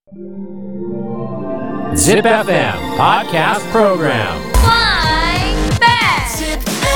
Zip FM Podcast Program Flying Back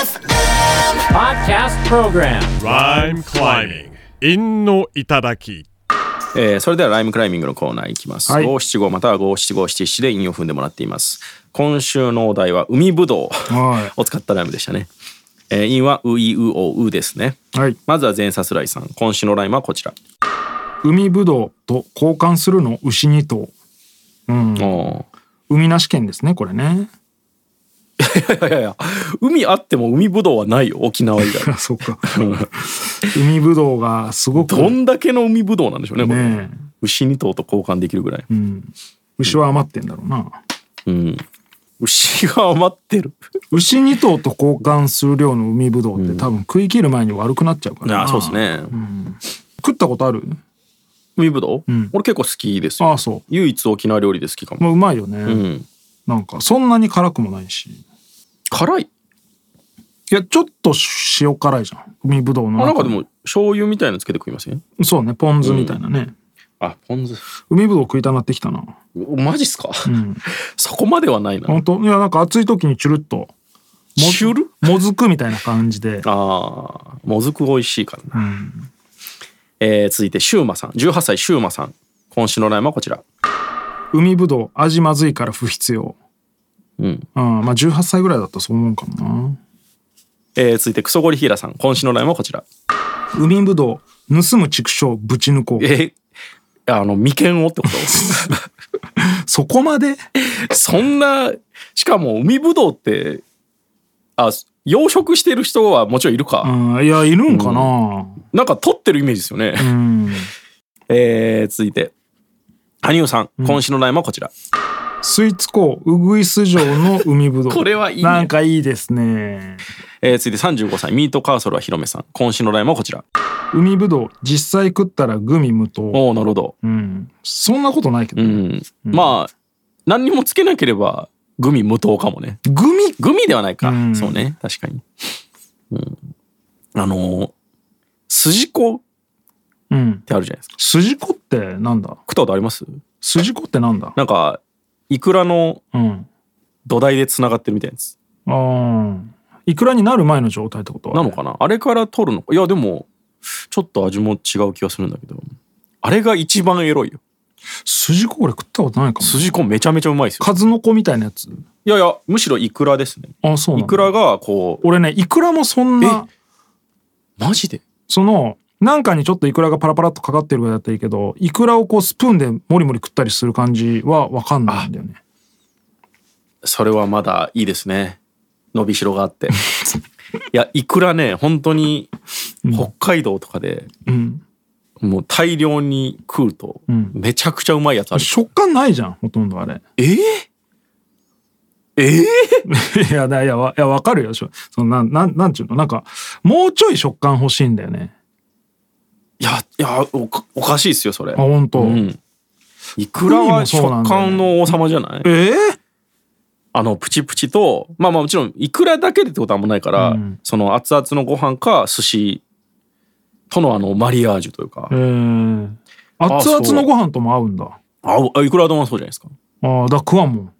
Podcast Program Rhyme climbing 陰の頂き。 それではライムクライミングのコーナーいきます。 はい五七五または五七五七七で韻を踏んでもらっています。今週のお題は海ぶどうを使ったライムでしたね。韻はういうおうですね。 はい。 まずは前さすらいさん。今週のライムはこちら。 海ぶどうと交換するの牛2頭。 お海なし県ですね、これね。 いや海あっても海ぶどうはないよ、沖縄以外。 そうか。海ぶどうがすごくどんだけの海ぶどうなんでしょうね、これ。 ね牛2頭と交換できるぐらい。 牛は余ってんだろうな。 牛が余ってる。 牛2頭と交換する量の海ぶどうって多分食い切る前に悪くなっちゃうからな。 あ、そうですね。 食ったことある？ 海ぶどう、俺結構好きですよ。 ああ、そう。 唯一沖縄料理で好きかも。 まあ、うまいよね。なんかそんなに辛くもないし。 辛い？ いや、ちょっと塩辛いじゃん。海ぶどうのなんかでも醤油みたいなのつけて食いません？ そうね、ポン酢みたいなね。 あ、ポン酢。 海ぶどう食いたなってきたな。 マジっすか？そこまではないな。 本当いや、なんか暑い時にチュルッとチュル？ もずくみたいな感じで。 ああ、もずく美味しいからな。続いてシューマさん、18歳シューマさん。今週のライムはこちら。 海ぶどう味まずいから不必要。まあ18歳ぐらいだったらそう思うかもな。 続いてクソゴリヒーラさん。今週のライムはこちら。 海ぶどう盗む畜生ぶち抜こう。 眉間をってことそこまで？ そんな、しかも海ぶどうって、養殖してる人はもちろんいるか。 いや、いるんかな。 なんか取ってるイメージですよね。続いて羽生さん、今週のライムはこちら。 スイーツ港ウグイス城の海ぶどう。 これはいいね。 なんかいいですね。 続いて35歳ミートカーソルはひろめさん。今週のライムはこちら。 海ぶどう実際食ったらグミ無糖。 おー、なるほど。 そんなことないけどね。 まあ何にもつけなければグミ無糖かもね。グミではないか。そうね、確かに。筋子ってあるじゃないですか。 筋子ってなんだ？ 食ったことあります？ 筋子ってなんだ？ なんかイクラの土台でつながってるみたいです。 イクラになる前の状態ってことはなのかな。あれから取るのか。いやでもちょっと味も違う気がするんだけど、あれが一番エロいよ。 筋子俺食ったことないかも。 筋子めちゃめちゃうまいですよ。 数の子みたいなやつ？ いやいや、むしろイクラですね。 あ、そうなんだ。 イクラがこう。 俺ね、イクラもそんな。 マジで？ なんかにちょっとイクラがパラパラっとかかってるぐらいだったらいいけど、イクラをこうスプーンでモリモリ食ったりする感じは分かんないんだよね。 それはまだいいですね。伸びしろがあって。いや、イクラね、本当に北海道とかで、もう大量に食うとめちゃくちゃうまいやつある。 食感ないじゃん、ほとんどあれ。 いや、分かるよ。なんちゅうの、なんかもうちょい食感欲しいんだよね。 いやおかしいですよそれ。 本当。 イクラは食感の王様じゃない？プチプチと、まあもちろんイクラだけでってことはあんまないから、その熱々のご飯か寿司とのマリアージュというか。 熱々のご飯とも合うんだ。 イクラ丼はそうじゃないですか。 だ食わんもん。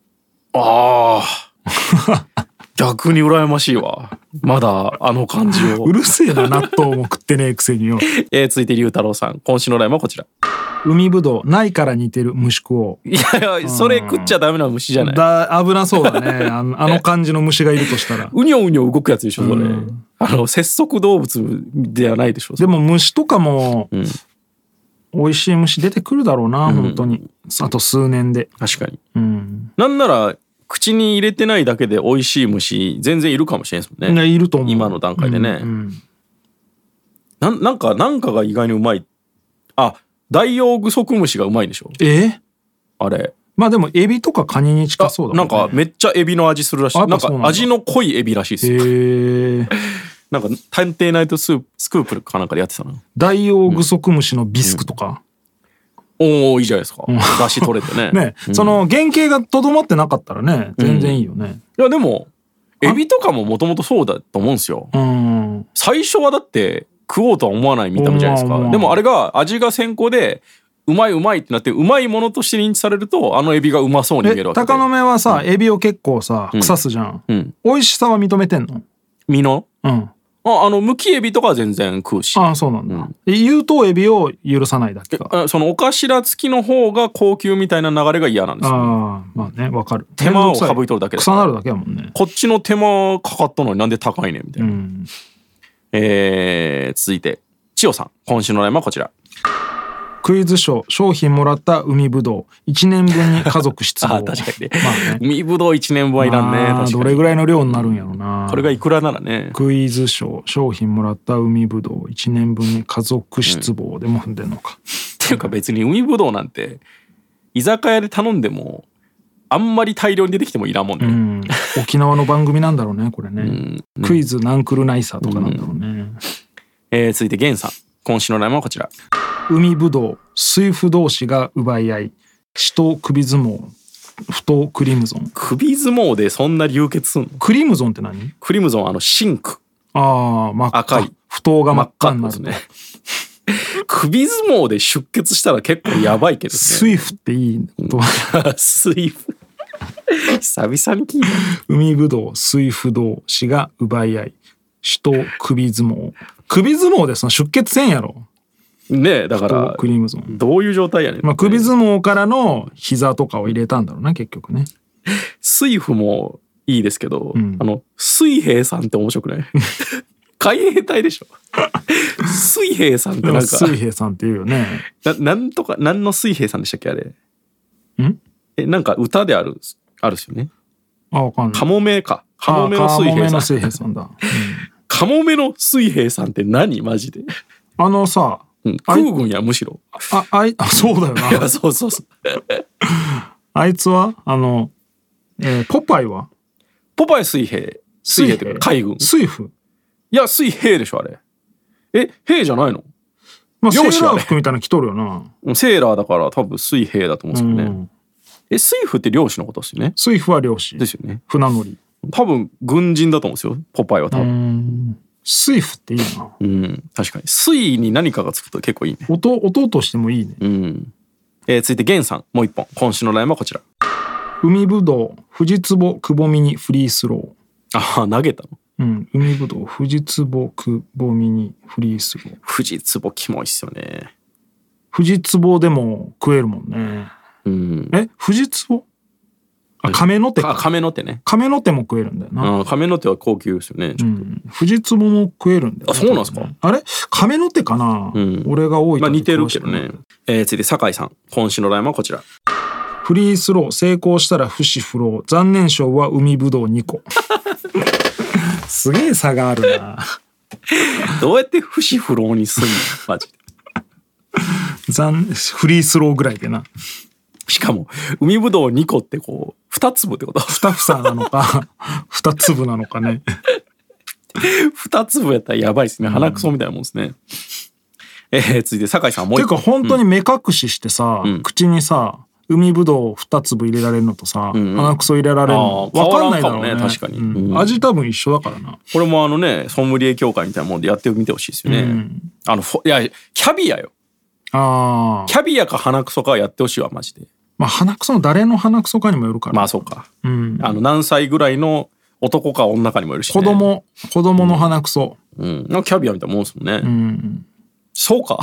逆に羨ましいわ。まだあの感じを。 うるせえな、納豆も食ってねえくせによ。 続いて龍太郎さん、今週のライムはこちら。 海ぶどうないから似てる虫食おう。 いやそれ食っちゃダメな虫じゃない。 危なそうだね。あの感じの虫がいるとしたら。 うにょうにょ動くやつでしょそれ。節足動物ではないでしょ。 でも虫とかも、美味しい虫出てくるだろうな、本当に。あと数年で。 確かに。なんなら口に入れてないだけで美味しい虫全然いるかもしれないですもんね。 いると思う。 今の段階でね。なんかが意外にうまい。ダイオウグソクムシがうまいでしょ。あれ。 まあでもエビとかカニに近そうだもんね。 なんかめっちゃエビの味するらしい。なんか味の濃いエビらしいですよ。なんか探偵ナイトスクープかなんかでやってたな。 ダイオウグソクムシのビスクとか。 おー、いいじゃないですか。出汁取れてね。 ね、その原型がとどまってなかったらね、全然いいよね。 いやでもエビとかももともとそうだと思うんですよ。最初はだって食おうとは思わない見た目じゃないですか。でもあれが味が先行でうまいうまいってなってうまいものとして認知されるとあのエビがうまそうに見えるわけで。 鷹の目はさ、エビを結構さ腐すじゃん、美味しさは認めてんの？ 身のうんむきエビとかは全然食うし。 ああそうなんだ、有頭エビを許さないだけか。 そのお頭付きの方が高級みたいな流れが嫌なんですよ、 ああまあねわかる。 手間を省いとるだけで臭なるだけやもんね。 こっちの手間かかったのになんで高いねんみたいな、続いて千代さん、今週のラインはこちら。 クイズショー、商品もらった海ぶどう1年分に家族失望。 あ確かにね、 まあね、 海ぶどう1年分はいらんね、確かに。 どれぐらいの量になるんやろな。 これがいくらならね。 クイズショー、商品もらった海ぶどう1年分に家族失望でも踏んでんのか、 っていうか別に海ぶどうなんて居酒屋で頼んでもあんまり大量に出てきてもいらんもんね、 沖縄の番組なんだろうねこれね、クイズナンクルナイサーとかなんだろうね、 続いてゲンさん、今週のラインはこちら。 海ぶどう、水夫同士が奪い合い、死闘首相撲、不闘クリムゾン。 首相撲でそんな流血すんの？ クリムゾンって何？ クリムゾンシンク。 ああ真っ赤。 赤い。 不闘が真っ赤になるね。首相撲で出血したら結構やばいけどね。 水夫っていいことは。 水夫。久々に聞いた。 海ぶどう、水夫同士が奪い合い、死闘首相撲。首相撲でその出血せんやろ。 ねえだからクリムゾンどういう状態やねん、 まあ、首相撲からの膝とかを入れたんだろうな結局ね。 水夫もいいですけど、水兵さんって面白くない海兵隊でしょ水兵さんってなんか水兵さんっていうよね。 なんとか何の水兵さんでしたっけあれ。なんか歌であるっすよね。 わかんない。 カモメか。カモメの水兵さん。 カモメの水兵さんだ。 カモメの水兵さんって何マジで。 さ。 空軍やむしろ。 そうだよな。 いやそうあいつはポパイはポパイ水兵って海軍。 水夫。 いや水兵でしょあれ。兵じゃないの？ まあセーラー服みたいなの着とるよな。 セーラーだから多分水兵だと思うんですよね。水夫って漁師のことですよね。 水夫は漁師ですよね。 船乗り。 多分軍人だと思うんですよポパイは多分。 水夫っていいな。 確かに水に何かがつくと結構いいね。 音としてもいいね。 続いてゲンさん、もう一本今週のラインはこちら。 海ぶどう藤壺くぼみにフリースロー。投げたの？海ぶどう藤壺くぼみにフリースロー。 藤壺キモいっすよね。 藤壺でも食えるもんね。藤壺？亀の手か。 亀の手ね。 亀の手も食えるんだよな。 亀の手は高級ですよね。 藤壺も食えるんだよ。 そうなんですか。 あれ亀の手かな。俺が多い。 まあ似てるけどね。続いて酒井さん、今週のラインはこちら。 フリースロー成功したら不死不老、残念賞は海ぶどう2個。すげえ差があるな。 どうやって不死不老にすんのマジで。 フリースローぐらいでな。 しかも海ぶどう2個ってこう2粒ってこと 2房なのか2粒なのかね。 2粒やったらやばいですね。鼻くそみたいなもんですね。続いて酒井さんもう一個。てか本当に目隠ししてさ、口にさ海ぶどう2粒入れられるのとさ、鼻くそ入れられるの分かんないだろうね。 確かに、 味多分一緒だからな。 これもソムリエ協会みたいなもんでやってみてほしいですよね。いやキャビアよ。キャビアか鼻くそかやってほしいわマジで。 まあ鼻くその誰の鼻くそかにもよるから。 まあそうか。何歳ぐらいの男か女かにもよるし、ね。子供の鼻くそ。 キャビアみたいなもんですもんね。そうか。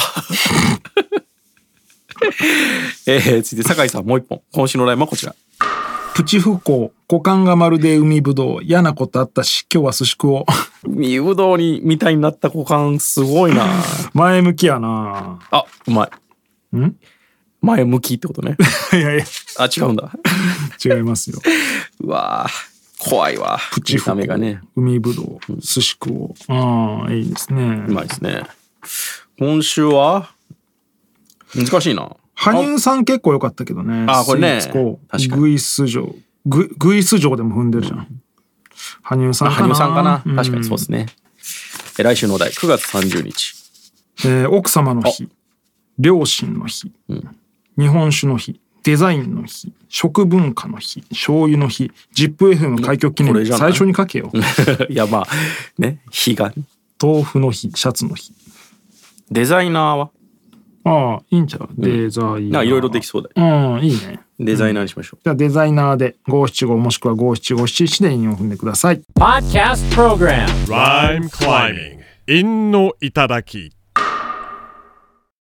続いて酒井さんもう一本今週のラインはこちら。 プチ不幸股間がまるで海ぶどう、嫌なことあったし今日は寿司食おう。 海ぶどうみたいになった股間すごいな。 前向きやな。 うまい。前向きってことね。 いや違うんだ。 違いますよ。 うわ怖いわ。 プチ不幸、海ぶどう、寿司食おう。いいですね。 うまいですね。今週は難しいな。 羽生さん結構良かったけどね。 これね。 確かに。グイス城でも踏んでるじゃん。羽生さんかな。確かにそうですね。来週のお題9月30日。 奥様の日、両親の日、日本酒の日、デザインの日、食文化の日、醤油の日、ZIPFM 開局記念日最初に書けよ。 いやまあね、日が。 豆腐の日、シャツの日。 デザイナーはああ、いいんちゃう、デザイナー。 いろいろできそうだよ。いいね。 デザイナーにしましょう。 じゃあデザイナーで575もしくは57577で韻を踏んでください。 Podcast Program Rhyme climbing 韻の頂き